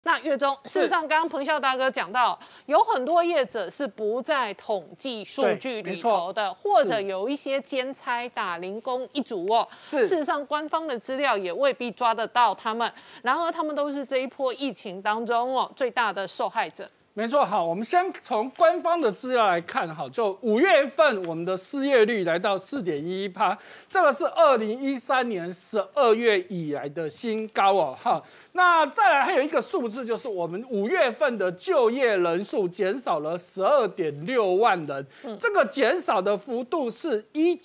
那月中，事实上，刚刚彭孝大哥讲到，有很多业者是不在统计数据里头的，或者有一些兼差打零工一族哦。事实上，官方的资料也未必抓得到他们。然而，他们都是这一波疫情当中最大的受害者。 没错，好，我们先从官方的资料来看，好，就5月份我们的失业率来到4.11%，这个是2013年12月以来的新高哦，哈。那再来还有一个数字，就是我们5月份的就业人数减少了12.6万人，这个减少的幅度是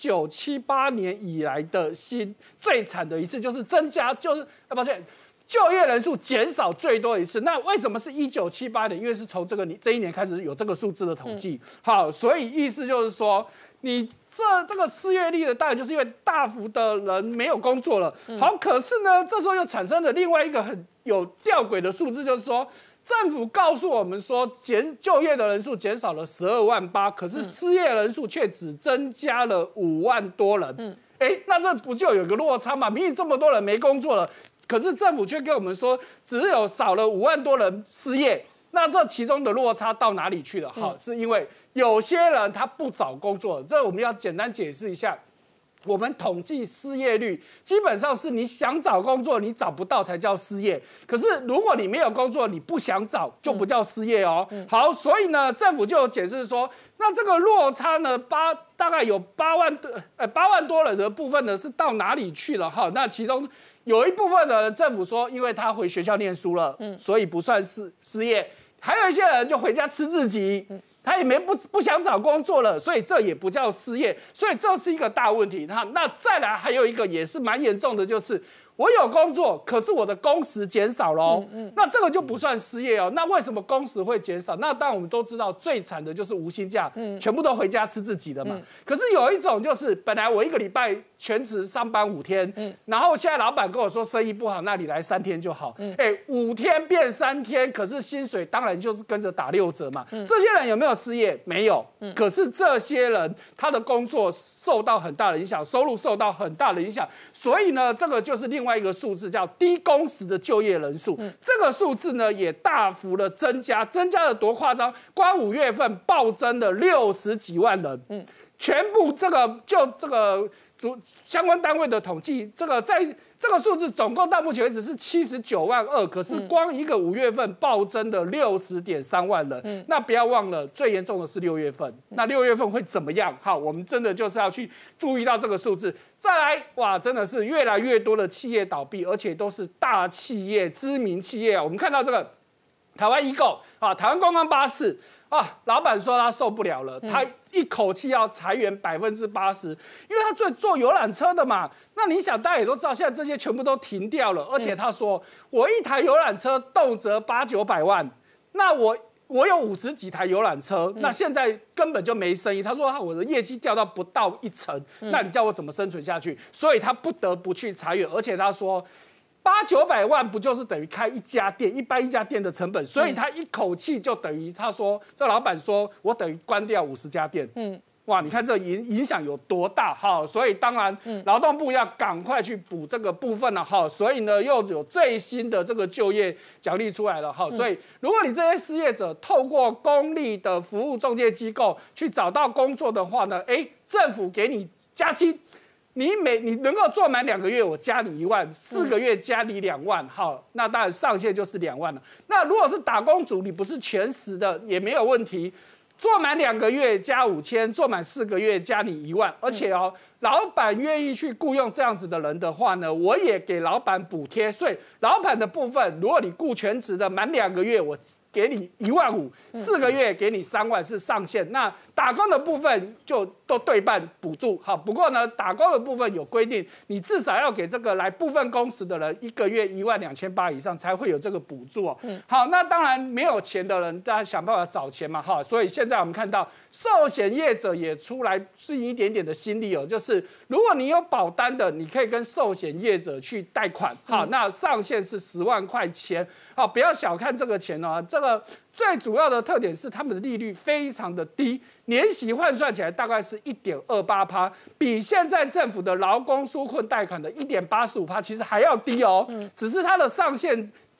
1978年以来的最惨的一次，就是增加，抱歉。就业人数减少最多一次，那为什么是1978年？因为是从这一年开始有这个数字的统计。好，所以意思就是说，你这个失业率的当然就是因为大幅的人没有工作了。好，可是呢，这时候又产生了另外一个很有吊诡的数字，就是说，政府告诉我们说，就业的人数减少了12万8，可是失业人数却只增加了5万多人。那这不就有个落差吗？明明这么多人没工作了。可是政府却跟我们说，只有少了5万多人失业，那这其中的落差到哪里去了？好，是因为有些人他不找工作，这我们要简单解释一下。我们统计失业率，基本上是你想找工作，你找不到才叫失业。可是如果你没有工作，你不想找，就不叫失业哦。好，所以呢，政府就有解释说，那这个落差呢，大概有8万多人的部分呢，是到哪里去了？哈，那其中有一部分的政府说，因为他回学校念书了，所以不算失业。还有一些人就回家吃自己。他也不想找工作了，所以这也不叫失业，所以这是一个大问题。那再来还有一个也是蛮严重的，就是我有工作，可是我的工时减少了那这个就不算失业哦。那为什么工时会减少？那当然我们都知道，最惨的就是无薪假，全部都回家吃自己的嘛。可是有一种就是，本来我一个礼拜全职上班5天，然后现在老板跟我说生意不好，那你来3天就好。5天变3天，可是薪水当然就是跟着打6折嘛。这些人有没有失业？没有。可是这些人他的工作受到很大的影响，收入受到很大的影响，所以呢，这个就是另外一个数字，叫低工时的就业人数。这个数字呢也大幅的增加了多夸张？光5月份暴增了60几万人。全部这个相关单位的统计，在这个数字总共到目前为止是79万2，可是光一个5月份暴增的60.3万人。那不要忘了，最严重的是6月份。那6月份会怎么样？好，我们真的就是要去注意到这个数字。再来，哇，真的是越来越多的企业倒闭，而且都是大企业、知名企业。我们看到这个台湾1购台湾观光巴士。老板说他受不了了，他一口气要裁员80%，因为他做游览车的嘛。那你想，大家也都知道，现在这些全部都停掉了，而且他说，我一台游览车动辄800-900万，那我有50几台游览车，那现在根本就没生意。他说我的业绩掉到不到1成，那你叫我怎么生存下去？所以他不得不去裁员，而且他说。800-900万不就是等于开一家店，一般一家店的成本，所以他一口气就等于他说，这老板说我等于关掉50家店。哇，你看这影响有多大？哈，所以当然劳动部要赶快去补这个部分了。哈，所以呢又有最新的这个就业奖励出来了。哈，所以如果你这些失业者透过公立的服务中介机构去找到工作的话呢，政府给你加薪。你能够做满2个月，我加你1万；4个月加你2万，好，那当然上限就是2万了。那如果是打工族，你不是全时的也没有问题，做满2个月加5000，做满4个月加你1万，而且老板愿意去雇佣这样子的人的话呢，我也给老板补贴。所以老板的部分，如果你雇全职的满2个月，我给你1万5；4个月给你3万是上限。那打工的部分就都对半补助。好，不过呢，打工的部分有规定，你至少要给这个来部分工时的人1个月12800以上才会有这个补助哦。好，那当然没有钱的人，大家想办法找钱嘛。哈，所以现在我们看到寿险业者也出来尽一点点的心力哦，就是如果你有保单的，你可以跟寿险业者去贷款。好，那上限是10万块钱。好，不要小看这个钱哦，这个最主要的特点是他们的利率非常的低，年息换算起来大概是1.28%，比现在政府的劳工纾困贷款的1.85%其实还要低哦。只是它的上限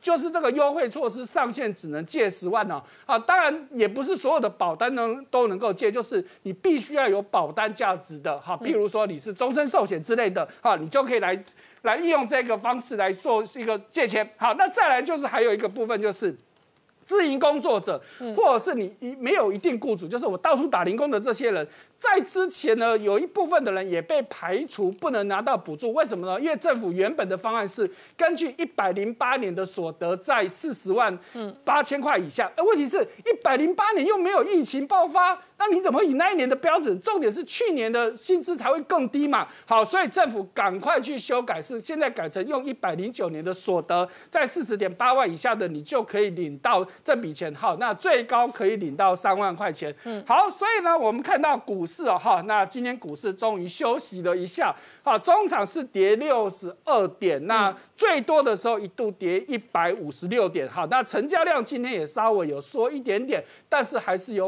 就是这个优惠措施上限只能借10万哦。啊，当然也不是所有的保单都能够借，就是你必须要有保单价值的哈，譬如说你是终身寿险之类的哈，你就可以来利用这个方式来做一个借钱。好，那再来就是还有一个部分就是自营工作者，或者是你没有一定雇主，就是我到处打零工的这些人。在之前呢，有一部分的人也被排除，不能拿到补助。为什么呢？因为政府原本的方案是根据108年的所得在40万8千块以下，而问题是108年又没有疫情爆发，那你怎么以那一年的标准？重点是去年的薪资才会更低嘛。好，所以政府赶快去修改，是现在改成用109年的所得在40.8万以下的，你就可以领到这笔钱。好，那最高可以领到3万块钱。好，所以呢，我们看到股市哦，哈，那今天股市终于休息了一下，好，中场是跌62点，那最多的时候一度跌156点，好，那成交量今天也稍微有缩一点点，但是还是有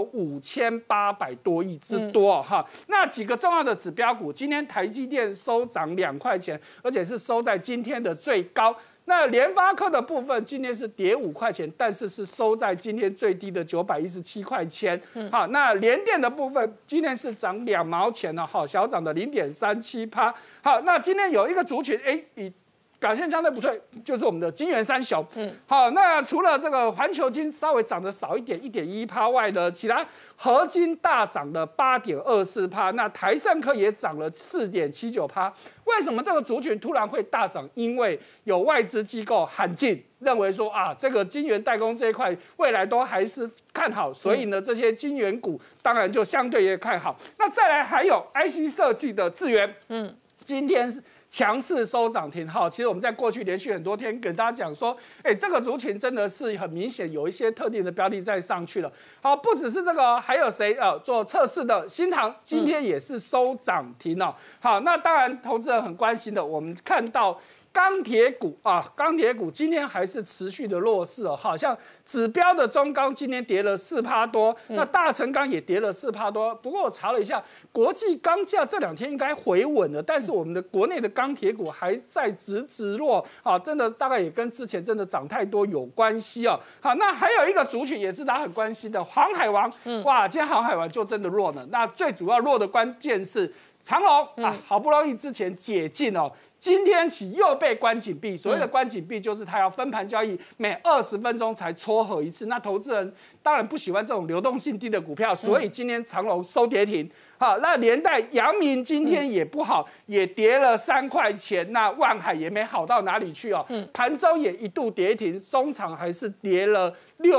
5800多亿之多哈。那几个重要的指标股，今天台积电收涨2块钱，而且是收在今天的最高。那联发科的部分今天是跌5块钱，但是是收在今天最低的917块钱。好，那联电的部分今天是涨2毛钱了，好，小涨的0.37%。好，那今天有一个族群，表现相对不错，就是我们的晶圆三雄。好，那除了这个环球晶稍微涨得少一点，1.1%外呢，其他合金大涨了8.24%，那台盛科也涨了4.79%。为什么这个族群突然会大涨？因为有外资机构喊进，认为说啊，这个晶圆代工这一块未来都还是看好，所以呢，这些晶圆股当然就相对也看好。那再来还有 IC 设计的智原，今天强势收涨停。好，其实我们在过去连续很多天跟大家讲说，这个族群真的是很明显有一些特定的标的在上去了。好，不只是这个，还有谁做测试的新唐，今天也是收涨停哦。好，那当然投资人很关心的，我们看到钢铁股啊，钢铁股今天还是持续的弱势哦，好像指标的中钢今天跌了4%多，那大成钢也跌了4%多。不过我查了一下，国际钢价这2天应该回稳了，但是我们的国内的钢铁股还在直落，好，真的大概也跟之前真的涨太多有关系哦。好，那还有一个族群也是大家很关心的航海王，哇，今天航海王就真的弱了。那最主要弱的关键是长荣啊，好不容易之前解禁哦。今天起又被关紧闭，所谓的关紧闭就是它要分盘交易，每20分钟才撮合一次。那投资人当然不喜欢这种流动性低的股票，所以今天长荣收跌停。好，那连带阳明今天也不好，也跌了3块钱。那万海也没好到哪里去哦，盘中也一度跌停，中场还是跌了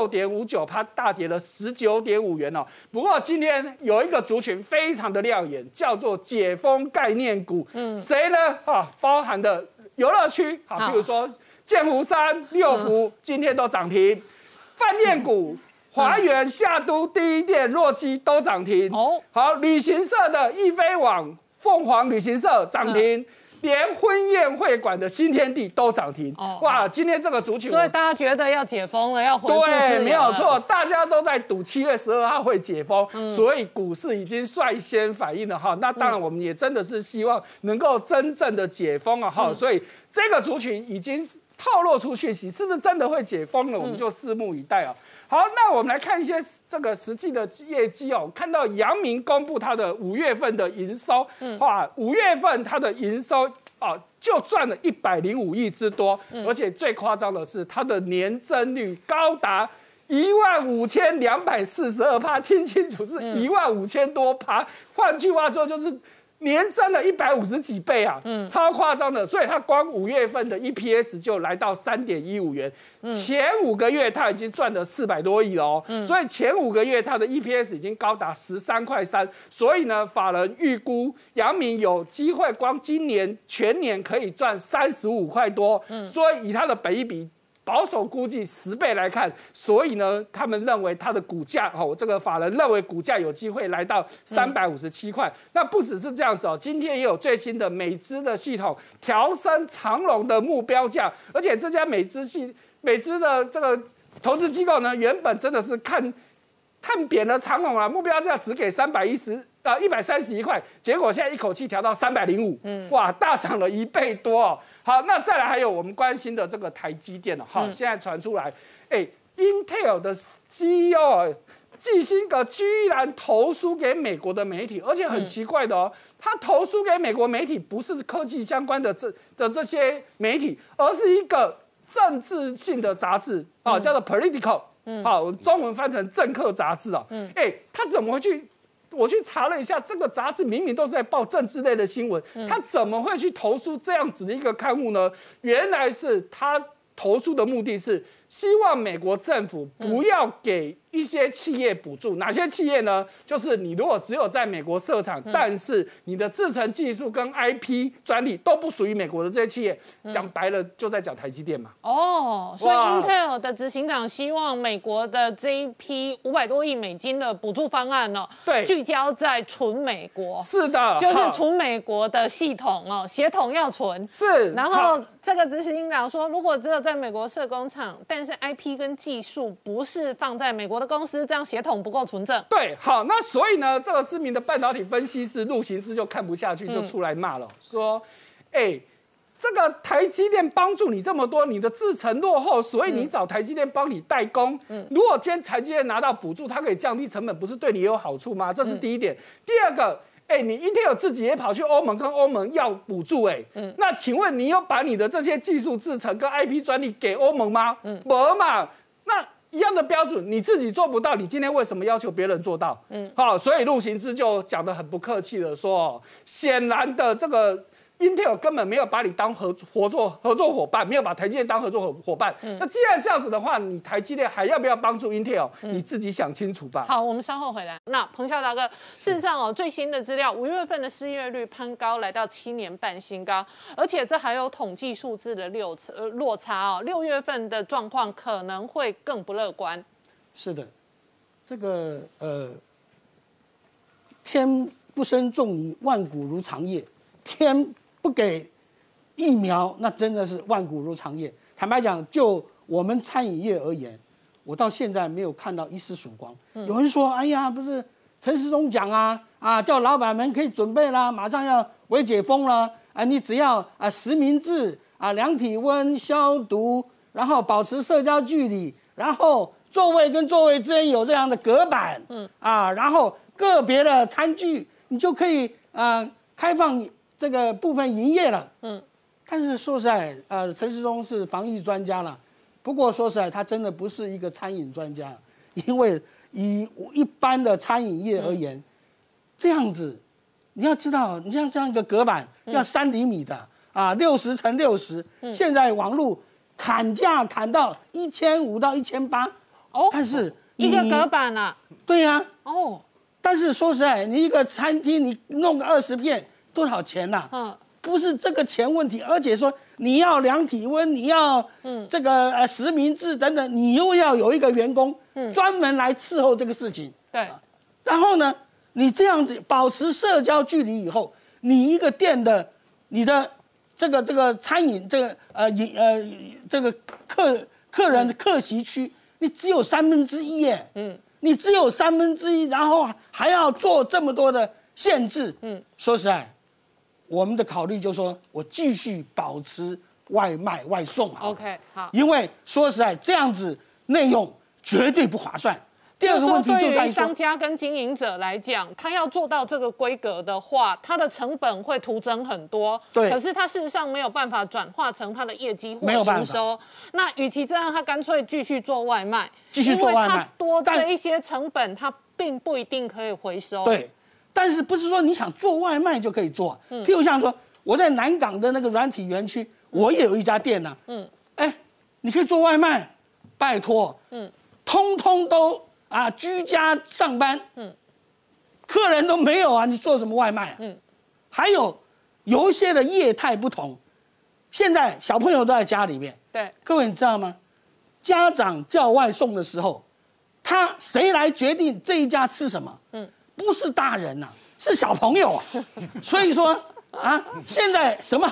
6.59%，大跌了19.5元哦。不过今天有一个族群非常的亮眼，叫做解封概念股。谁呢？包含的游乐区，好，比如说剑湖山、六福，今天都涨停。饭店股。华源、夏都、第一店、洛基都涨停。好，旅行社的易飞网、凤凰旅行社涨停，连婚宴会馆的新天地都涨停。哇，今天这个族群， 所以大家觉得要解封了，要恢复自由了。 对，没有错，大家都在赌7月12号会解封，所以股市已经率先反应了哈。那当然，我们也真的是希望能够真正的解封啊哈。所以这个族群已经透露出讯息，是不是真的会解封了？我们就拭目以待啊。好，那我们来看一些这个实际的业绩哦。看到阳明公布它的5月份的营收，哇，5月份它的营收就赚了105亿之多，而且最夸张的是它的年增率高达15242%，听清楚是15000多%，换句话说就是年增了150几倍啊，超夸张的。所以它光5月份的 EPS 就来到3.15元，前5个月它已经赚了400多亿了哦。所以前5个月它的 EPS 已经高达13.3块。所以呢，法人预估阳明有机会光今年全年可以赚35块多。所以以它的本益比保守估计10倍来看，所以呢，他们认为它的股价，这个法人认为股价有机会来到357块。那不只是这样子哦，今天也有最新的美资的系统调升长荣的目标价，而且这家美资的这个投资机构呢，原本真的是看看扁了长荣啊，目标价只给131块，结果现在一口气调到305，哇，大涨了1倍多哦。好，那再来还有我们关心的这个台积电好，现在传出来，Intel 的 CEO 季辛格居然投书给美国的媒体，而且很奇怪的哦，他投书给美国媒体不是科技相关的这些媒体，而是一个政治性的杂志叫做 Political，好，中文翻成政客杂志他怎么会去？我去查了一下，这个杂志明明都是在报政治类的新闻，他怎么会去投书这样子的一个刊物呢？原来是他投书的目的是希望美国政府不要给一些企业补助，哪些企业呢？就是你如果只有在美国设厂，但是你的制程技术跟 IP 专利都不属于美国的这些企业，讲白了就在讲台积电嘛。 所以 Intel 的执行长希望美国的这一批500多亿美金的补助方案对， 聚焦在纯美国。 是的， 就是纯美国的系统血统要纯。 是， 然后这个执行长说，如果只有在美国设工厂，但是 IP 跟技术不是放在美国的公司，这样血统不够纯正。 对，好，那所以呢，这个知名的半导体分析师陆行之就看不下去，就出来骂了，说，这个台积电帮助你这么多，你的制程落后，所以你找台积电帮你代工。如果今天台积电拿到补助，它可以降低成本，不是对你有好处吗？这是第一点。第二个，你 Intel 自己也跑去欧盟跟欧盟要补助，那请问你有把你的这些技术制程跟 IP 专利给欧盟吗？没嘛，那一样的标准你自己做不到，你今天为什么要求别人做到？好，所以陆行之就讲得很不客气的说，显然的这个。Intel 根本没有把你当合作伙伴，没有把台积电当合作伙伴。那既然这样子的话，你台积电还要不要帮助 Intel？你自己想清楚吧。 好，我们稍后回来。那彭孝达哥，事实上最新的资料，5月份的失业率攀高，来到7年半新高，而且这还有统计数字的落差6月份的状况可能会更不乐观。 是的，这个天不生仲尼，万古如长夜，天。不给疫苗，那真的是万古如长夜。坦白讲，就我们餐饮业而言，我到现在没有看到一丝曙光。有人说：“哎呀，不是陈时中讲叫老板们可以准备啦，马上要微解封了你只要实名制量体温、消毒，然后保持社交距离，然后座位跟座位之间有这样的隔板，然后个别的餐具，你就可以开放这个部分营业了，但是说实在，陈时中是防疫专家了，不过说实在，他真的不是一个餐饮专家，因为以一般的餐饮业而言，这样子，你要知道，你像这样一个隔板要3厘米的60乘60，现在网络砍价砍到1500到1800，但是一个隔板对呀，但是说实在，你一个餐厅你弄个20片。多少钱不是这个钱问题，而且说你要量体温，你要这个实名制等等，你又要有一个员工专门来伺候这个事情。 对， 然后呢，你这样子保持社交距离以后，你一个店的你的这个餐饮这个客人的客席区，你只有1/3耶，你只有1/3，然后还要做这么多的限制，说实在。我们的考虑就是说，我继续保持外卖外送 OK， 好， 因为说实在这样子内容绝对不划算。第二个问题就在于商家跟经营者来讲，他要做到这个规格的话，他的成本会徒增很多。 对， 可是他事实上没有办法转化成他的业绩或营收。那与其这样，他干脆继续做外卖， 继续做外卖， 因为他多这一些成本，他并不一定可以回收。 对。但是不是说你想做外卖就可以做？譬如像说我在南港的那个软体园区，我也有一家店你可以做外卖，拜托，通通都居家上班，客人都没有你做什么外卖还有一些的业态不同，现在小朋友都在家里面， 对， 各位你知道吗？家长叫外送的时候，谁来决定这一家吃什么？不是大人是小朋友所以说现在什么好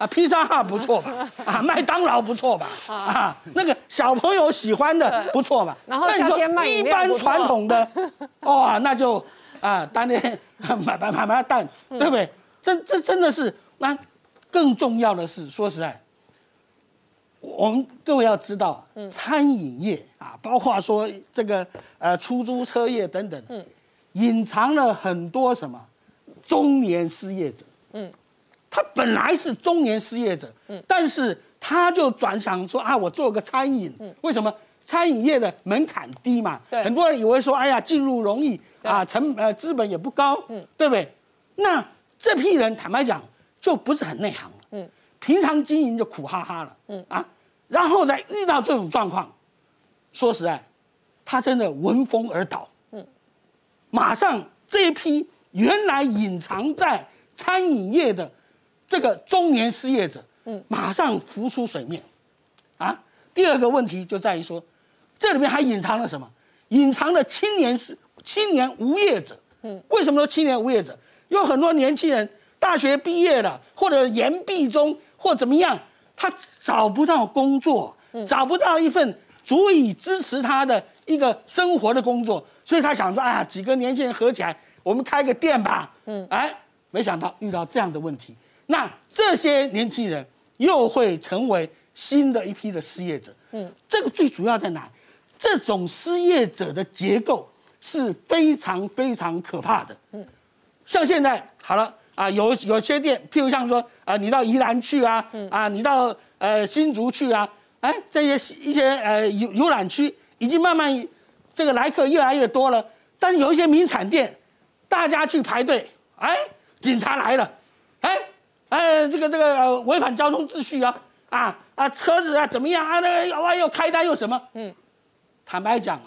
披萨哈不错吧？麦当劳不错吧？那个小朋友喜欢的不错吧？ 然后夏天卖一般传统的，那就当天买蛋，对不对？这真的是那更重要的是，说实在，我们各位要知道，餐饮业包括说这个出租车业等等，隐藏了很多什么中年失业者，他本来是中年失业者，但是他就转想说我做个餐饮，为什么？餐饮业的门槛低嘛，很多人以为说，哎呀，进入容易资本也不高，对不对？那这批人坦白讲就不是很内行了，平常经营就苦哈哈了，然后再遇到这种状况，说实在，他真的闻风而倒，马上这一批原来隐藏在餐饮业的这个中年失业者，马上浮出水面，第二个问题就在于说，这里面还隐藏了什么？隐藏了青年无业者。为什么说青年无业者？有很多年轻人大学毕业了，或者研毕中，或怎么样，他找不到工作，找不到一份足以支持他的一个生活的工作，所以他想说，几个年轻人合起来，我们开个店吧。没想到遇到这样的问题，那这些年轻人又会成为新的一批的失业者。这个最主要在哪？这种失业者的结构是非常非常可怕的。像现在好了有些店，譬如像说你到宜兰去你到新竹去这些一些游览区已经慢慢这个来客越来越多了，但有一些名产店，大家去排队，警察来了，这个违反交通秩序车子怎么样又开单又什么？坦白讲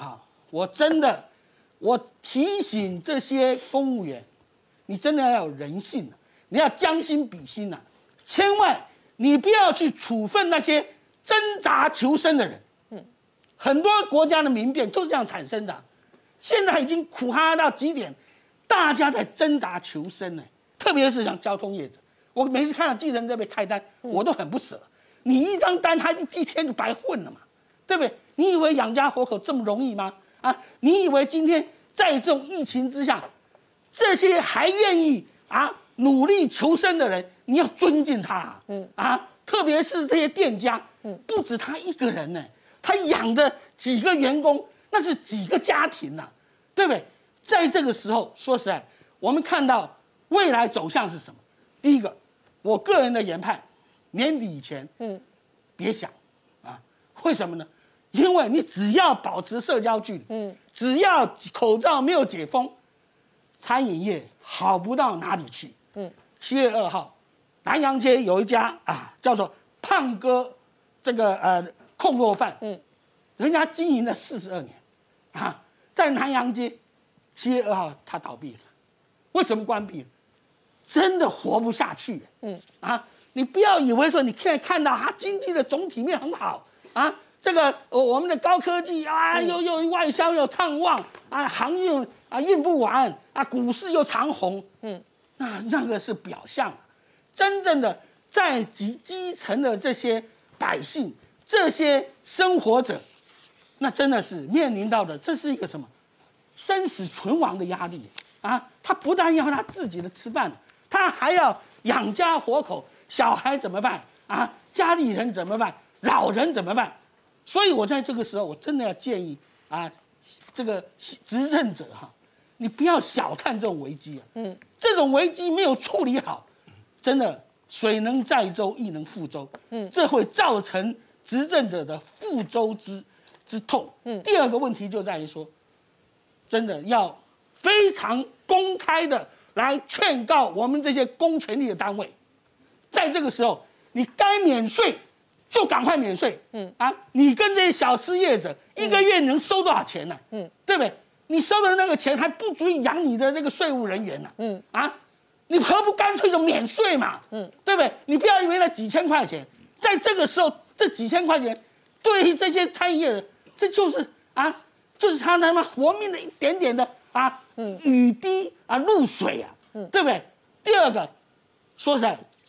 我提醒这些公务员，你真的要有人性，你要将心比心千万你不要去处分那些挣扎求生的人。很多国家的民变就是这样产生的，现在已经苦哈哈到极点，大家在挣扎求生特别是像交通业者，我每次看到计程车被开单，我都很不舍。你一张单，他一天就白混了嘛，对不对？你以为养家活口这么容易吗？你以为今天在这种疫情之下，这些还愿意努力求生的人，你要尊敬他特别是这些店家，不止他一个人他养的几个员工，那是几个家庭对不对？在这个时候，说实在，我们看到未来走向是什么？第一个，我个人的研判，年底以前，别想为什么呢？因为你只要保持社交距离，只要口罩没有解封，餐饮业好不到哪里去。7月2号，南阳街有一家叫做胖哥这个控肉饭，人家经营了42年，在南阳街7月2号他倒闭了，为什么关闭了？真的活不下去。你不要以为说你现在看到经济的总体面很好这个我们的高科技又外销又畅旺航运运不完股市又长红，那个是表象，真正的在基层的这些百姓、这些生活者，那真的是面临到的，这是一个什么生死存亡的压力他不但要他自己的吃饭，他还要养家活口，小孩怎么办家里人怎么办？老人怎么办？所以我在这个时候，我真的要建议这个执政者你不要小看这种危机这种危机没有处理好，真的水能载舟，亦能覆舟，这会造成执政者的覆舟之痛。第二个问题就在于说，真的要非常公开的来劝告我们这些公权力的单位，在这个时候，你该免税就赶快免税，你跟这些小吃业者一个月能收多少钱呢？对不对？你收的那个钱还不足以养你的这个税务人员呢，你何不干脆就免税嘛，对不对？你不要以为那几千块钱，在这个时候这几千块钱，对于这些餐饮业的，这就是就是他们活命的一点点的雨滴露水对不对？第二个，说实在，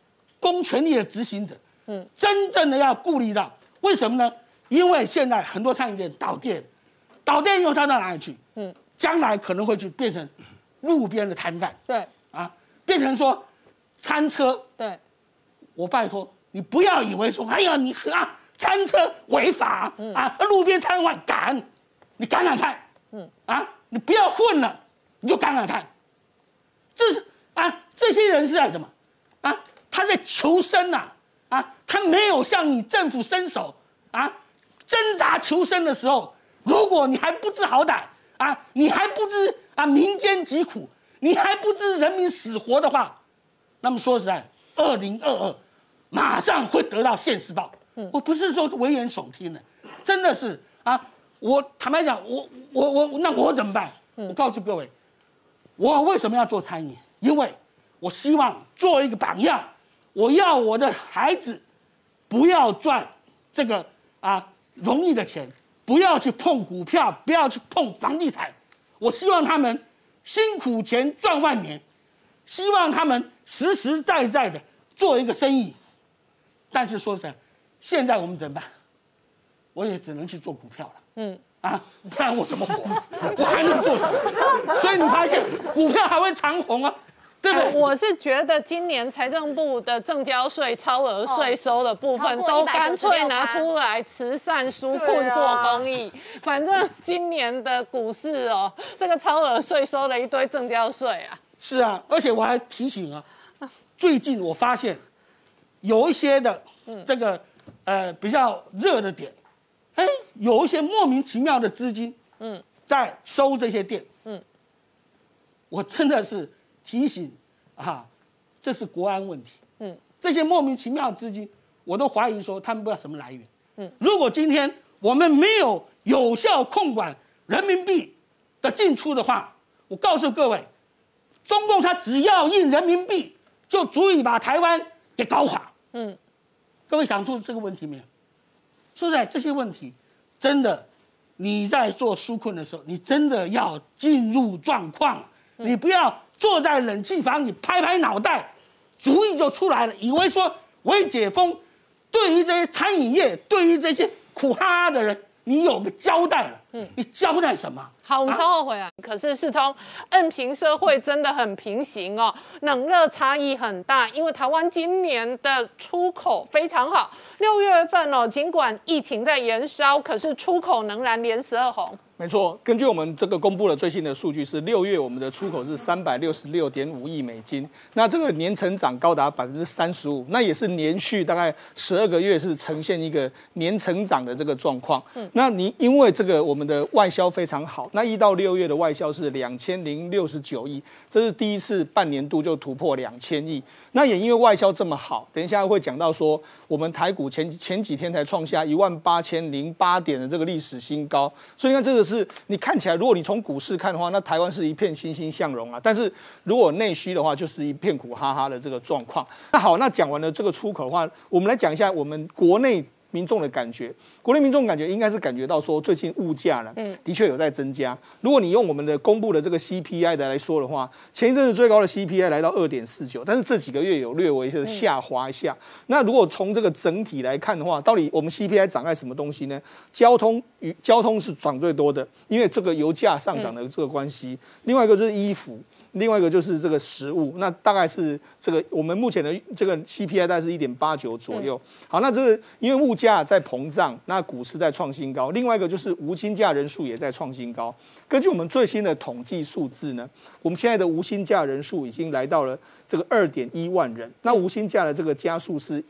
公权力的执行者，真正的要顾虑到，为什么呢？因为现在很多餐饮店倒店，倒店以后它到哪里去？将来可能会去变成路边的摊贩， 对啊，变成说餐车， 对， 我拜托你不要以为说，哎呀你啊餐车违法啊，路边摊贩赶，你赶赶看，啊，你不要混了，你就赶赶看，这是啊，这些人是在什么？啊，他在求生呐，啊，他没有向你政府伸手啊，挣扎求生的时候，如果你还不知好歹啊，你还不知啊民间疾苦，你还不知人民死活的话，那么说实在，2022马上会得到现世报。我不是说危言耸听的，真的是啊，我坦白讲，那我怎么办？我告诉各位，我为什么要做餐饮？因为我希望做一个榜样，我要我的孩子不要赚这个啊容易的钱，不要去碰股票，不要去碰房地产。我希望他们辛苦钱赚万年，希望他们实实在在的做一个生意。但是说实在，现在我们怎么办？我也只能去做股票了。不然我怎么活？我还能做什么？所以你发现股票还会长红啊，对不对？ 我是觉得今年财政部的证交税超额税收的部分，都干脆拿出来慈善纾困做公益。反正今年的股市哦，这个超额税收了一堆证交税啊。 是啊，而且我还提醒啊，最近我发现有一些的这个比较热的点。有一些莫名其妙的资金，在收这些店，我真的是提醒啊，这是国安问题，这些莫名其妙的资金，我都怀疑说他们不知道什么来源，如果今天我们没有有效控管人民币的进出的话，我告诉各位，中共他只要印人民币，就足以把台湾给搞垮，各位想出这个问题没有？说实在，这些问题真的，你在做纾困的时候，你真的要进入状况，你不要坐在冷气房里拍拍脑袋，主意就出来了，以为说微解封，对于这些餐饮业，对于这些苦哈哈的人，你有个交代了。你交代什么？ 好，我们稍后回来。可是世聪，N 型社会真的很平行哦，冷热差异很大。因为台湾今年的出口非常好，6月份哦，尽管疫情在延烧，可是出口仍然连12红。 没错，根据我们这个公布的最新的数据是，6月我们的出口是366.5亿美金，那这个年成长高达35%，那也是连续大概12个月是呈现一个年成长的这个状况。那因为这个我们的外销非常好，那1到6月的外销是2069亿，这是第一次半年度就突破2000亿。那也因为外销这么好，等一下会讲到说，我们台股前几天才创下18008点的这个历史新高，所以你看这个是你看起来，如果你从股市看的话，那台湾是一片欣欣向荣啊。但是如果内需的话，就是一片苦哈哈的这个状况。那好，那讲完了这个出口的话，我们来讲一下我们国内民众的感觉。国内民众感觉应该是感觉到说，最近物价呢，的确有在增加。如果你用我们的公布的这个 CPI 的来说的话，前一阵子最高的 CPI 来到2.49，但是这几个月有略微的下滑一下。那如果从这个整体来看的话，到底我们 CPI 涨在什么东西呢？交通是涨最多的，因为这个油价上涨的这个关系。另外一个就是衣服。另外一个就是这个食物，那大概是这个我们目前的这个 CPI 大概是1.89左右。好，那这个因为物价在膨胀，那股市在创新高。另外一个就是无薪假人数也在创新高。根据我们最新的统计数字呢，我们现在的无薪假人数已经来到了这个2.1万人。那无薪假的这个家数是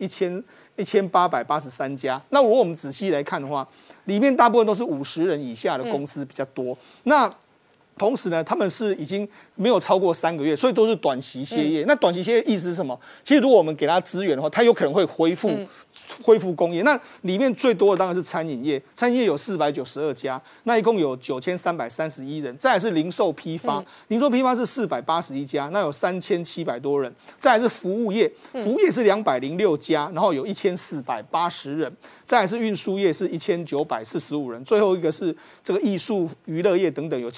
1883家。那如果我们仔细来看的话，里面大部分都是50人以下的公司比较多。那同时呢，他们是已经没有超过3个月，所以都是短期歇业。那短期歇业意思是什么？其实如果我们给他资源的话，他有可能会恢复工业。那里面最多的当然是餐饮业，餐饮业有492家，那一共有9331人。再来是零售批发，零售批发是481家，那有3700多人。再来是服务业，服务业是206家，然后有1480人。再来是运输业是1945人，最后一个是这个艺术娱乐业等等有770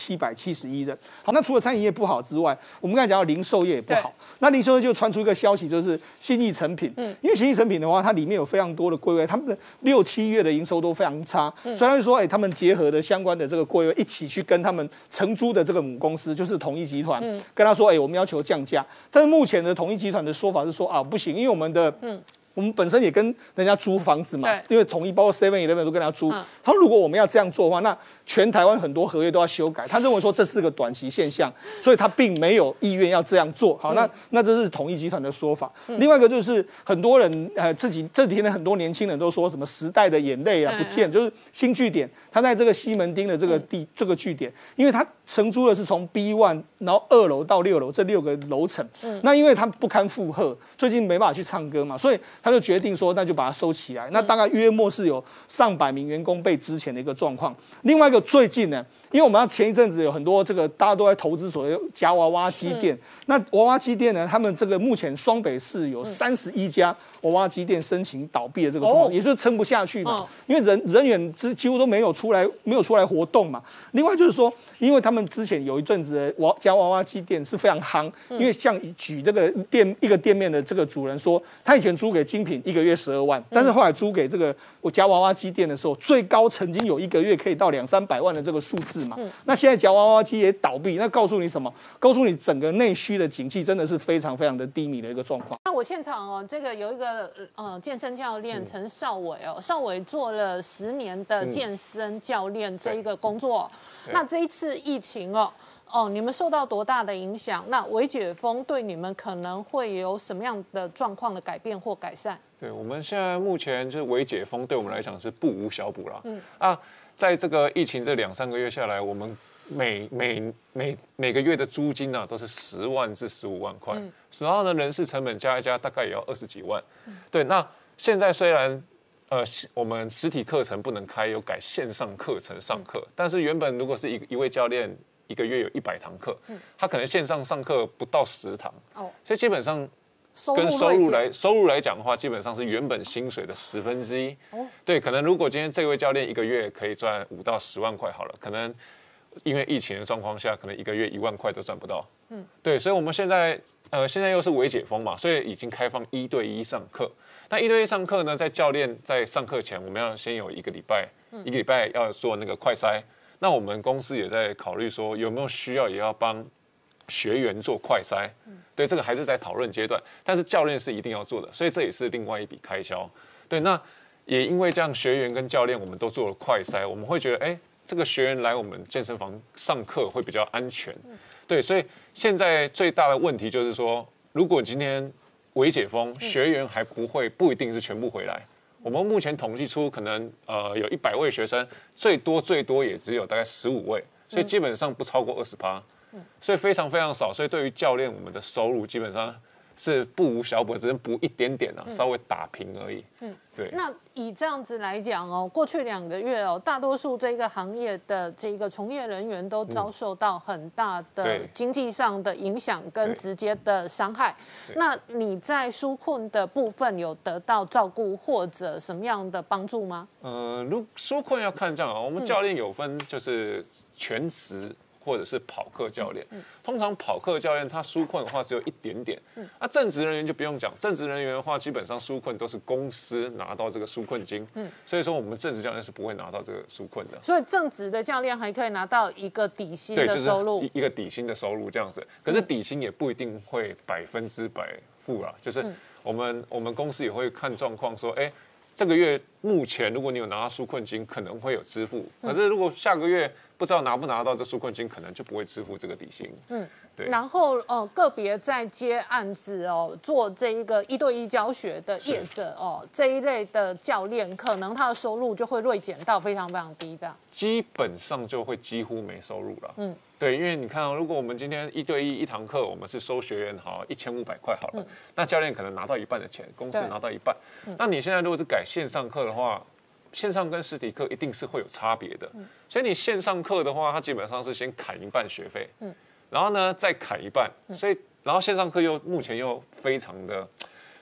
171人。好，那除了餐饮业不好之外，我们刚才讲到零售业也不好。那零售业就传出一个消息，就是信义诚品，因为信义诚品的话，它里面有非常多的柜位，他们的6、7月的营收都非常差，所以他就说，他们结合的相关的这个柜位一起去跟他们承租的这个母公司，就是统一集团，跟他说，我们要求降价。但是目前的统一集团的说法是说，不行，因为我们本身也跟人家租房子嘛，因为统一包括 7-11都跟他租。他说，如果我们要这样做的话，那全台湾很多合约都要修改。他认为说这是个短期现象，所以他并没有意愿要这样做。好，那这是统一集团的说法。另外一个就是很多人这几天的很多年轻人都说什么时代的眼泪不见，就是新据点，他在这个西门町的这个据点，因为他承租的是从 B1 然后2楼到6楼这6个楼层，那因为他不堪负荷，最近没办法去唱歌嘛，所以他就决定说那就把它收起来。那大概约莫是有上百名员工被资遣的一个状况。另外一个最近呢，因为我们前一阵子有很多这个大家都在投资所谓夹娃娃机店，那娃娃机店呢，他们这个目前双北市有31家娃娃机店申请倒闭的这个状况，也就是撑不下去嘛，因为人员几乎都没有出来活动嘛。另外就是说，因为他们之前有一阵子的夹娃娃机店是非常夯，因为像举这个一个店面的这个主人说，他以前租给精品1个月12万，但是后来租给这个夹娃娃机店的时候，最高曾经有1个月可以到200-300万的这个数字嘛。那现在夹娃娃机也倒闭，那告诉你什么？告诉你整个内需的景气真的是非常非常的低迷的一个状况。 那我现场这个有一个健身教练陈少伟少伟做了10年的健身教练这一个工作。那这一次疫情你们受到多大的影响？那微解封对你们可能会有什么样的状况的改变或改善？ 对，我们现在目前就是微解封，对我们来讲是不无小补啦。在这个疫情这2-3个月下来，我们每个月的租金都是10万至15万块，然后呢，人事成本加一加，大概也要20几万。对，那现在虽然我们实体课程不能开，有改线上课程上课，但是原本如果是一位教练1个月有100堂课，他可能线上上课不到10堂，所以基本上跟收入来讲的话，基本上是原本薪水的1/10。对，可能如果今天这位教练1个月可以赚5到10万块好了，可能因为疫情的状况下，可能1个月1万块都赚不到。对，所以我们现在又是微解封嘛，所以已经开放1对1上课。那1对1上课呢，在教练在上课前，我们要先有1个礼拜要做那个快筛。那我们公司也在考虑说，有没有需要也要帮学员做快筛。对，这个还是在讨论阶段，但是教练是一定要做的，所以这也是另外一笔开销。对，那也因为这样，学员跟教练我们都做了快筛，我们会觉得，这个学员来我们健身房上课会比较安全。对，所以现在最大的问题就是说，如果今天微解封，学员还不一定是全部回来。我们目前统计出，可能有100位学生，最多也只有大概15位，所以基本上不超过20%，所以非常非常少。所以对于教练，我们的收入基本上是不无小补，只是补一点点稍微打平而已。对。 那以这样子来讲过去2个月大多数这个行业的这个从业人员都遭受到很大的经济上的影响跟直接的伤害。那你在纾困的部分有得到照顾或者什么样的帮助吗？ 纾困要看这样我们教练有分就是全职或者是跑课教练，通常跑课教练他纾困的话只有一点点，正职人员就不用讲，正职人员的话基本上纾困都是公司拿到这个纾困金，所以说我们正职教练是不会拿到这个纾困的。 所以正职的教练还可以拿到一个底薪的收入， 就是一个底薪的收入这样子，可是底薪也不一定会100%付啦，就是我们公司也会看状况说，这个月目前如果你有拿到纾困金，可能会有支付，可是如果下个月不知道拿不拿到这纾困金，可能就不会支付这个底薪。对。 然后个别在接案子做这一个1对1教学的业者这一类的教练，可能他的收入就会锐减到非常非常低的， 基本上就会几乎没收入了。对，因为你看如果我们今天1对1一堂课，我们是收学员1500块好了，那教练可能拿到1半的钱，公司拿到1半。那你现在如果是改线上课的话，线上跟实体课一定是会有差别的，所以你线上课的话，它基本上是先砍1半学费，然后呢再砍1半，所以然后线上课目前又非常的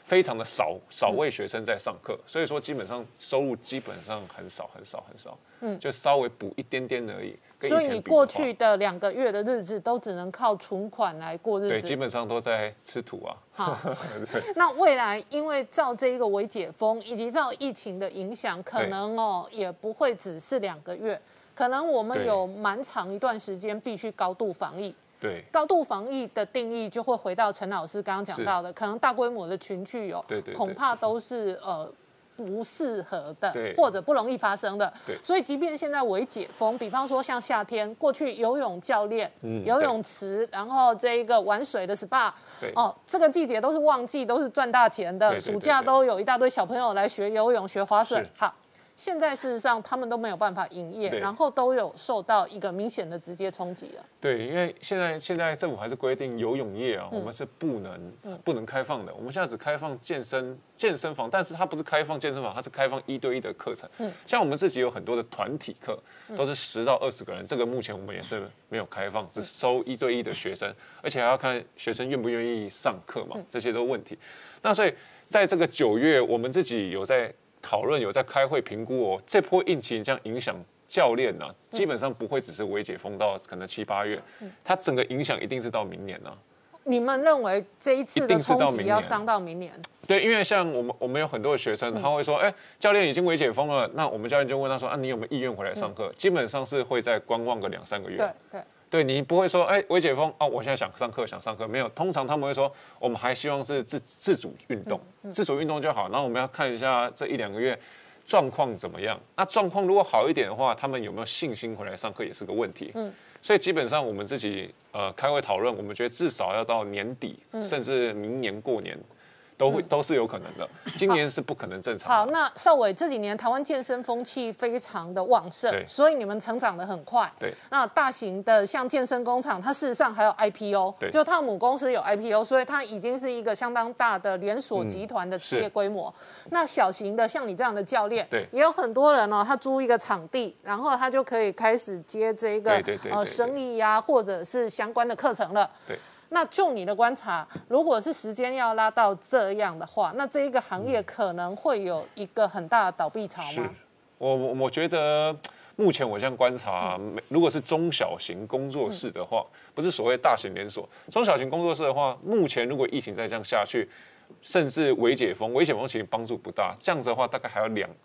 非常的少位学生在上课，所以说基本上收入基本上很少，就稍微补一点点而已。 所以你过去的2个月的日子都只能靠存款来过日子， 对，基本上都在吃土啊。 好，那未来因为照这一个微解封以及照疫情的影响，可能也不会只是2个月，可能我们有蛮长一段时间必须高度防疫。 对， 高度防疫的定义就会回到陈老师刚刚讲到的，可能大规模的群聚恐怕都是不适合的，或者不容易发生的。所以即便现在微解封，比方说像夏天，过去游泳教练、游泳池，然后这一个玩水的 SPA， 这个季节都是旺季，都是赚大钱的。暑假都有一大堆小朋友来学游泳、学划水。好。现在事实上他们都没有办法营业，然后都有受到一个明显的直接冲击了。 对，因为现在政府还是规定游泳业我们是不能开放的。我们现在只开放健身房，但是它不是开放健身房，它是开放1对1的课程。像我们自己有很多的团体课，都是10到20个人，这个目前我们也是没有开放，只收1对1的学生，而且还要看学生愿不愿意上课嘛，这些都问题。那所以在这个9月，我们自己有在讨论，有在开会评估这波疫情这样影响教练基本上不会只是微解封到可能7、8月，它整个影响一定是到明年你们认为这一次的冲击要伤到明年？ 对，因为像我们有很多的学生，他会说，教练已经微解封了，那我们教练就问他说，你有没有意愿回来上课？基本上是会再观望个2、3个月。对，你不会说，微解封我现在想上课，没有。通常他们会说，我们还希望是自主运动，自主运动就好。然后我们要看一下这1、2个月状况怎么样。那状况如果好一点的话，他们有没有信心回来上课也是个问题。所以基本上我们自己开会讨论，我们觉得至少要到年底，甚至明年过年。都是有可能的，今年是不可能正常的。 好，那少伟这几年台湾健身风气非常的旺盛，所以你们成长得很快。 对， 那大型的像健身工厂，它事实上还有 IPO， 就它的母公司有 IPO， 所以它已经是一个相当大的连锁集团的企业规模。那小型的像你这样的教练，也有很多人他租一个场地，然后他就可以开始接这个生意呀，或者是相关的课程了。 对。 那就你的观察，如果是时间要拉到这样的话，那这一个行业可能会有一个很大的倒闭潮吗？ 我觉得目前我这样观察，如果是中小型工作室的话，不是所谓大型连锁，中小型工作室的话，目前如果疫情再这样下去，甚至微解封其实帮助不大。这样子的话，大概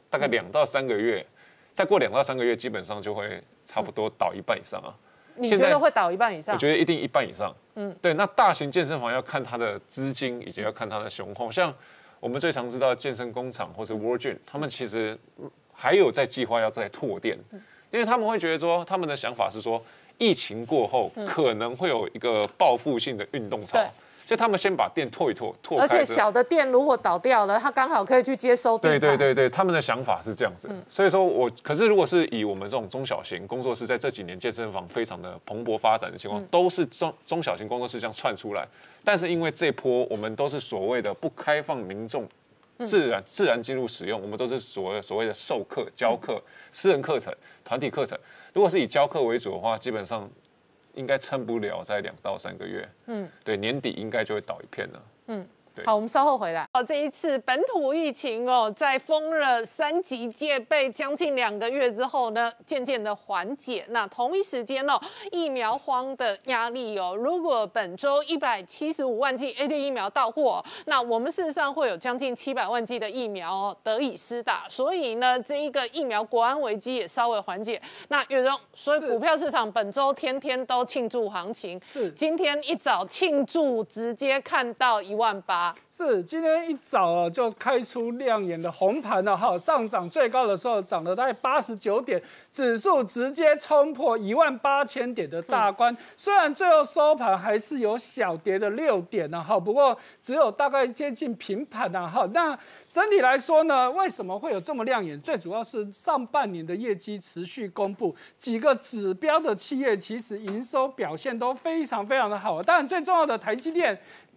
2到3个月，再过2到3个月，基本上就会差不多倒一半以上啊。 你觉得会倒一半以上？ 我觉得一定1半以上。对。那大型健身房要看它的资金，以及要看它的雄厚。像我们最常知道健身工厂或是 World Gym， 他们其实还有在计划要再拓店，因为他们会觉得说，他们的想法是说，疫情过后可能会有一个报复性的运动潮。所以他们先把店拓开， 而且小的店如果倒掉了，他刚好可以去接收地盘。 对，他们的想法是这样子。所以说可是如果是以我们这种中小型工作室，在这几年健身房非常的蓬勃发展的情况，都是中小型工作室这样窜出来。但是因为这波我们都是所谓的不开放民众自然进入使用，我们都是所谓的授课、教课、私人课程、团体课程。如果是以教课为主的话，基本上应该撑不了在2到3个月，对，年底应该就会倒一片了。 好，我们稍后回来。这一次本土疫情在封了3级戒备将近2个月之后呢，渐渐的缓解。那同一时间疫苗荒的压力如果本周175万剂 AZ 疫苗到货，那我们事实上会有将近700万剂的疫苗得以施打，所以呢，这一个疫苗国安危机也稍微缓解。那岳忠，所以股票市场本周天天都庆祝行情，今天一早庆祝直接看到18000。 是，今天一早就开出亮眼的红盘了哈，上涨最高的时候涨了大概89点，指数直接冲破18000点的大关。虽然最后收盘还是有小跌的6点哈，不过只有大概接近平盘哈。那整体来说呢，为什么会有这么亮眼？最主要是上半年的业绩持续公布，几个指标的企业其实营收表现都非常非常的好。当然最重要的台积电。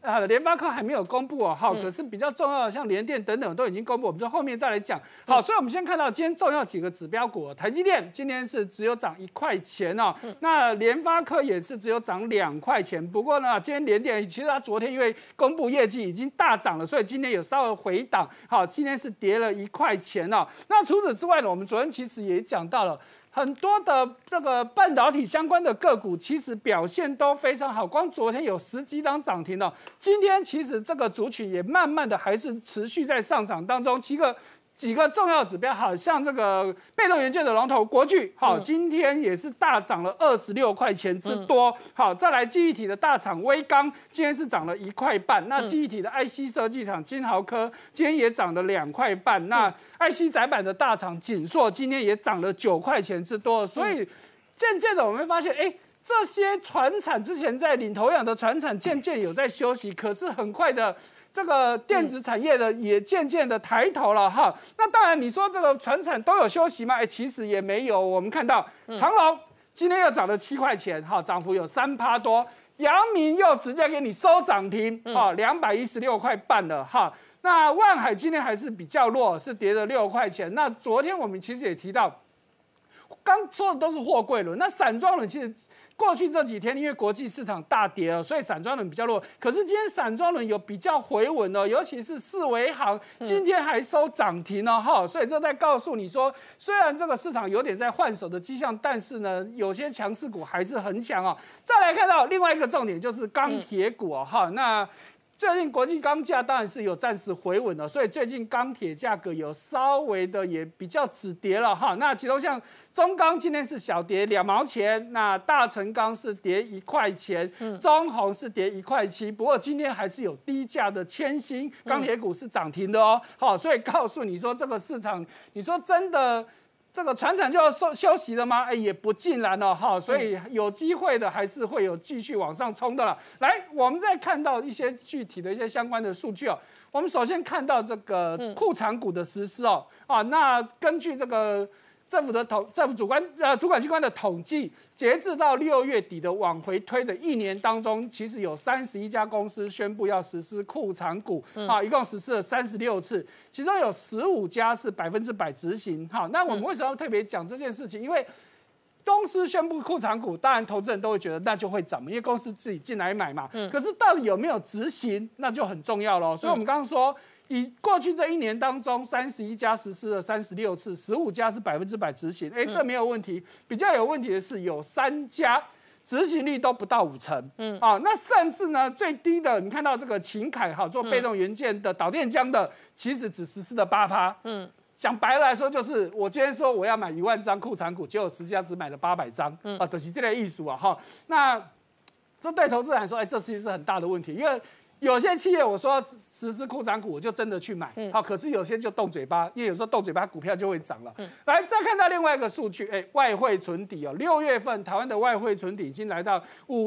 联发科还没有公布哦，好，可是比较重要的像联电等等都已经公布，我们就后面再来讲。好，所以我们先看到今天重要几个指标股，台积电今天是只有涨1块钱哦，那联发科也是只有涨2块钱。不过呢，今天联电其实它昨天因为公布业绩已经大涨了，所以今天有稍微回档，好，今天是跌了1块钱哦。那除此之外呢，我们昨天其实也讲到了。很多的这个半导体相关的个股，其实表现都非常好。光昨天有10几档涨停了，今天其实这个族群也慢慢的还是持续在上涨当中。几个重要指标，好像这个被动元件的龙头国巨，好，今天也是大涨了26块钱之多。好，再来记忆体的大厂威刚，今天是涨了1块半。那记忆体的 IC 设计厂金豪科，今天也涨了2块半。那 IC 载板的大厂景硕，今天也涨了9块钱之多。所以渐渐的我们会发现，这些传产之前在领头羊的传产渐渐有在休息，可是很快的。这个电子产业的也渐渐的抬头了哈，那当然你说这个传产都有休息吗？其实也没有。我们看到长荣今天又涨了7块钱，哈，涨幅有3%多。阳明又直接给你收涨停，216块半了哈。那万海今天还是比较弱，是跌了6块钱。那昨天我们其实也提到，刚说的都是货柜轮，那散装轮其实。过去这几天，因为国际市场大跌了，所以散装轮比较弱。可是今天散装轮有比较回稳哦，尤其是四维航今天还收涨停了哈，所以这在告诉你说，虽然这个市场有点在换手的迹象，但是呢，有些强势股还是很强哦。再来看到另外一个重点就是钢铁股哦哈，那。最近国际钢价当然是有暂时回稳了，所以最近钢铁价格有稍微的也比较止跌了哈。那其中像中钢今天是小跌2毛钱，那大成钢是跌1块钱，中鸿是跌1块7。不过今天还是有低价的千星钢铁股是涨停的哦。好，所以告诉你说这个市场，你说真的。这个传产就要休息了吗？也不尽然了哈，所以有机会的还是会有继续往上冲的了。来，我们再看到一些具体的一些相关的数据哦。我们首先看到这个库藏股的实施哦，那根据这个政府主管机关的统计，截至到6月底的往回推的1年当中，其实有31家公司宣布要实施库藏股，一共实施了36次，其中有15家是100%执行。好，那我们为什么要特别讲这件事情？因为公司宣布库藏股，当然投资人都会觉得那就会涨，因为公司自己进来买嘛。可是到底有没有执行，那就很重要咯。所以我们刚刚说。以过去这1年当中，31家实施了36次，15家是100%执行，这没有问题。比较有问题的是，有3家执行率都不到50%，那甚至呢最低的，你看到这个秦凯做被动元件的导电浆的，其实只实施了8%，讲白了来说，就是我今天说我要买1万张库藏股，结果实际上只买了800张，就是这类意思啊哈。那这对投资人来说，这其实是很大的问题，因为。有些企业我说要实施库藏股，我就真的去买，可是有些就动嘴巴，因为有时候动嘴巴股票就会涨了。来，再看到另外一个数据，外汇存底哦，6月份台湾的外汇存底已经来到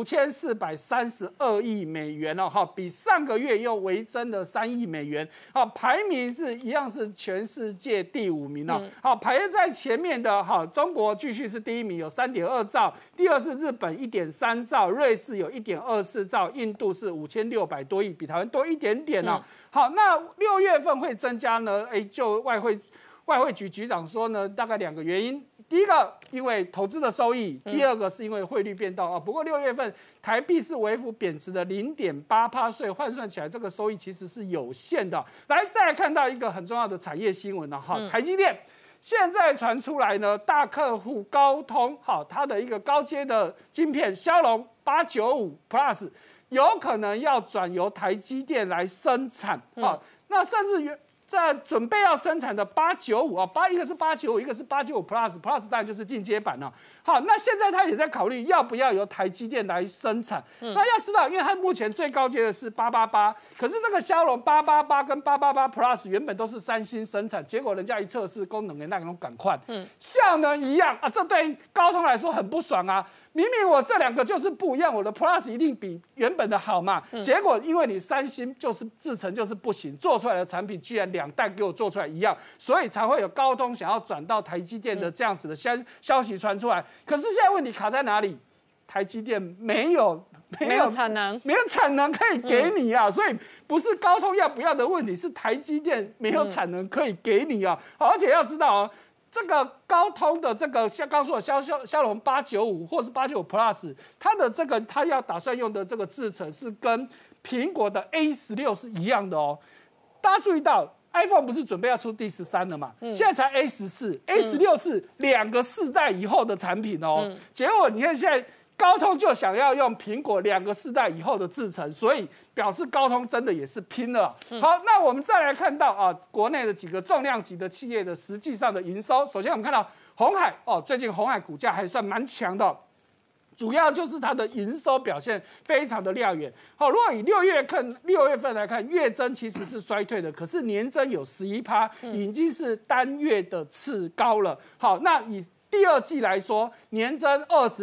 5432亿美元哦，比上个月又微增了3亿美元，排名是一样是全世界第5名哦，排在前面的中国继续是第1名，有3.2兆，第2是日本1.3兆，瑞士有1.24兆，印度是5600多亿。比台湾多一点点哦。好，那6月份会增加呢？就外汇局局长说呢，大概2个原因。第一个，因为投资的收益；第二个是因为汇率变动啊。不过6月份台币是微幅贬值的0.8%，所以换算起来这个收益其实是有限的。来，再来看到一个很重要的产业新闻台积电现在传出来呢，大客户高通它的一个高阶的晶片骁龙895 Plus。有可能要转由台积电来生产，那甚至在准备要生产的895一个是895，一个是895 Plus 当然就是进阶版了。好，那现在他也在考虑要不要由台积电来生产。那要知道，因为它目前最高阶的是888，可是这个骁龙888跟888 Plus 原本都是三星生产，结果人家一测试功能的那种赶快，效能一样这对高通来说很不爽啊。明明我这2个就是不一样，我的 Plus 一定比原本的好嘛，结果因为你三星就是制程就是不行，做出来的产品居然2代给我做出来一样，所以才会有高通想要转到台积电的这样子的消息传出来。可是现在问题卡在哪里？台积电没有没有产能， 没有产能可以给你啊，所以不是高通要不要的问题，是台积电没有产能可以给你啊。而且要知道啊，这个高通的这个像刚说的骁龙895或是895 Plus， 它的这个它要打算用的这个制程是跟苹果的 A16是一样的哦。大家注意到 ，iPhone 不是准备要出第13了嘛？现在才 A14、A16是2个世代以后的产品哦。结果你看现在高通就想要用苹果2个世代以后的制程，所以表示高通真的也是拼了。好，那我们再来看到啊，国内的几个重量级的企业的实际上的营收。首先我们看到鸿海哦，最近鸿海股价还算蛮强的哦。主要就是它的营收表现非常的亮眼。好，如果以6月份来看，月增其实是衰退的，可是年增有11%，已经是单月的次高了。好，那以第二季来说，年增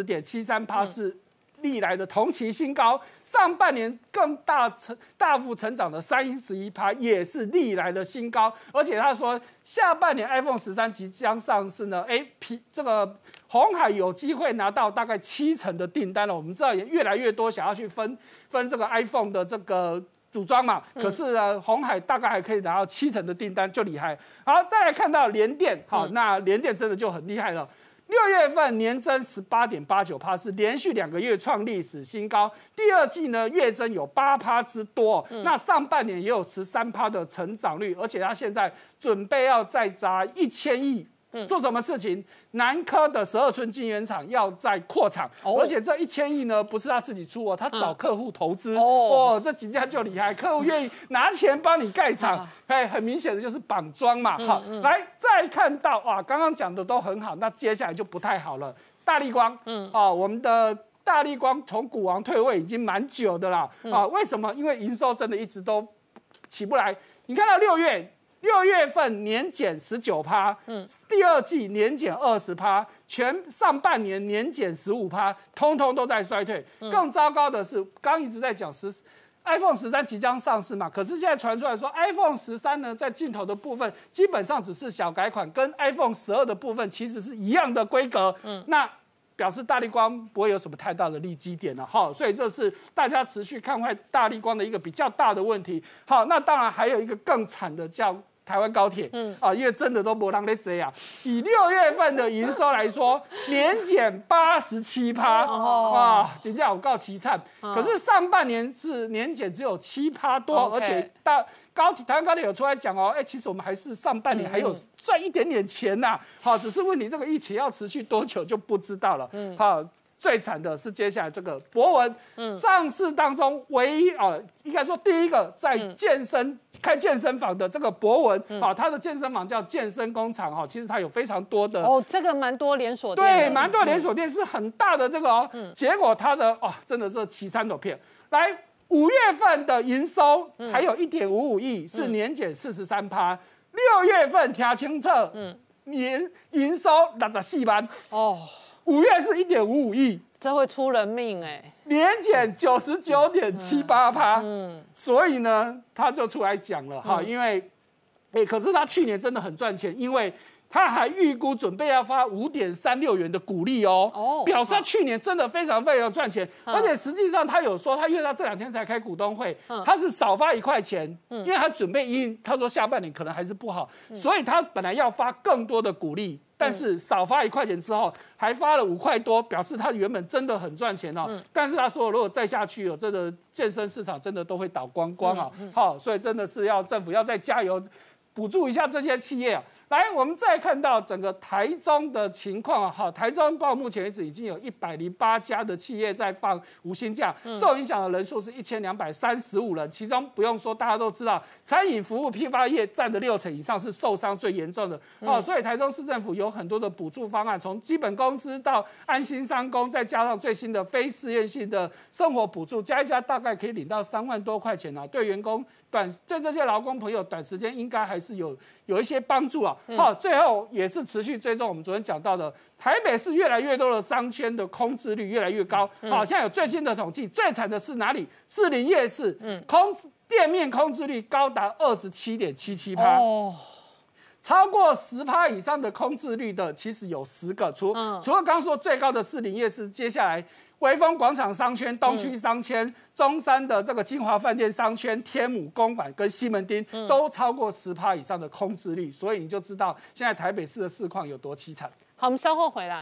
20.73%是历来的同期新高，上半年更大幅成长的31%，也是历来的新高。而且他说，下半年 iPhone 13即将上市呢，这个鸿海有机会拿到大概70%的订单了。我们知道也越来越多想要去分这个 iPhone 的这个组装嘛，可是呢，鸿海大概还可以拿到70%的订单，就厉害。好，再来看到联电，好，那联电真的就很厉害了。6月份年增18.89%，是连续2个月创历史新高。第二季呢，月增有8%之多，那上半年也有13%的成长率，而且它现在准备要再砸1000亿。做什么事情？南科的12寸晶圆厂要再扩厂，而且这1000亿呢，不是他自己出哦，他找客户投资这几家就厉害，客户愿意拿钱帮你盖厂，很明显的就是绑桩嘛。好，来再看到哇，刚刚讲的都很好，那接下来就不太好了。大立光，我们的大立光从股王退位已经蛮久的啦，为什么？因为营收真的一直都起不来。你看到6月份年减19%，第二季年减20%，全上半年年减15%，通通都在衰退。更糟糕的是，刚一直在讲iPhone 13即将上市嘛，可是现在传出来说 iPhone 13呢，在镜头的部分基本上只是小改款，跟 iPhone 12的部分其实是一样的规格。那表示大立光不会有什么太大的利基点了，好，所以这是大家持续看坏大立光的一个比较大的问题。好，那当然还有一个更惨的叫台湾高铁，因为真的都没人在追啊。以6月份的营收来说，年减87%，哇，真叫我告凄惨。可是上半年是年减只有7%多，而且台湾高铁有出来讲哦，其实我们还是上半年还有赚一点点钱呐。好，只是问题这个疫情要持续多久就不知道了。好。最惨的是接下来这个博文，上市当中唯一应该说第一个在开健身房的这个博文，它的健身房叫健身工厂，其实它有非常多的这个蛮多连锁店， 对，蛮多连锁店是很大的这个结果它的真的是旗山斗片。来，5月份的营收还有1.55亿，是年减43%。6月份听清楚，年营收64万5月是1.55亿， 这会出人命年减99.78%。所以呢，他就出来讲了因为可是他去年真的很赚钱，因为他还预估准备要发5.36元的股利表示他去年真的非常赚钱，而且实际上他有说，因为他这2天才开股东会，他是少发1块钱，因为他准备他说下半年可能还是不好，所以他本来要发更多的股利。但是少发1块钱之后，还发了5块多，表示他原本真的很赚钱但是他说，如果再下去真的健身市场真的都会倒光好，所以真的是政府要再加油，补助一下这些企业来，我们再看到整个台中的情况台中到目前为止已经有108家的企业在放无薪假，受影响的人数是1235人，其中不用说，大家都知道，餐饮服务批发业占的60%以上是受伤最严重的所以台中市政府有很多的补助方案，从基本工资到安心商工，再加上最新的非试验性的生活补助，加一加大概可以领到3万多块钱对员工对这些劳工朋友短时间应该还是有一些帮助最后也是持续追踪我们昨天讲到的，台北市越来越多的商圈的空置率越来越高现在有最新的统计，最惨的是哪里？士林夜市，店面空置率高达27.77% 超过10%以上的空置率的，其实有10个，除了刚刚说最高的士林夜市，接下来微风广场商圈、东区商圈、中山的这个金华饭店商圈、天母公馆跟西门町都超过10%以上的空置率，所以你就知道现在台北市的市况有多凄惨。 好，我们稍后回来。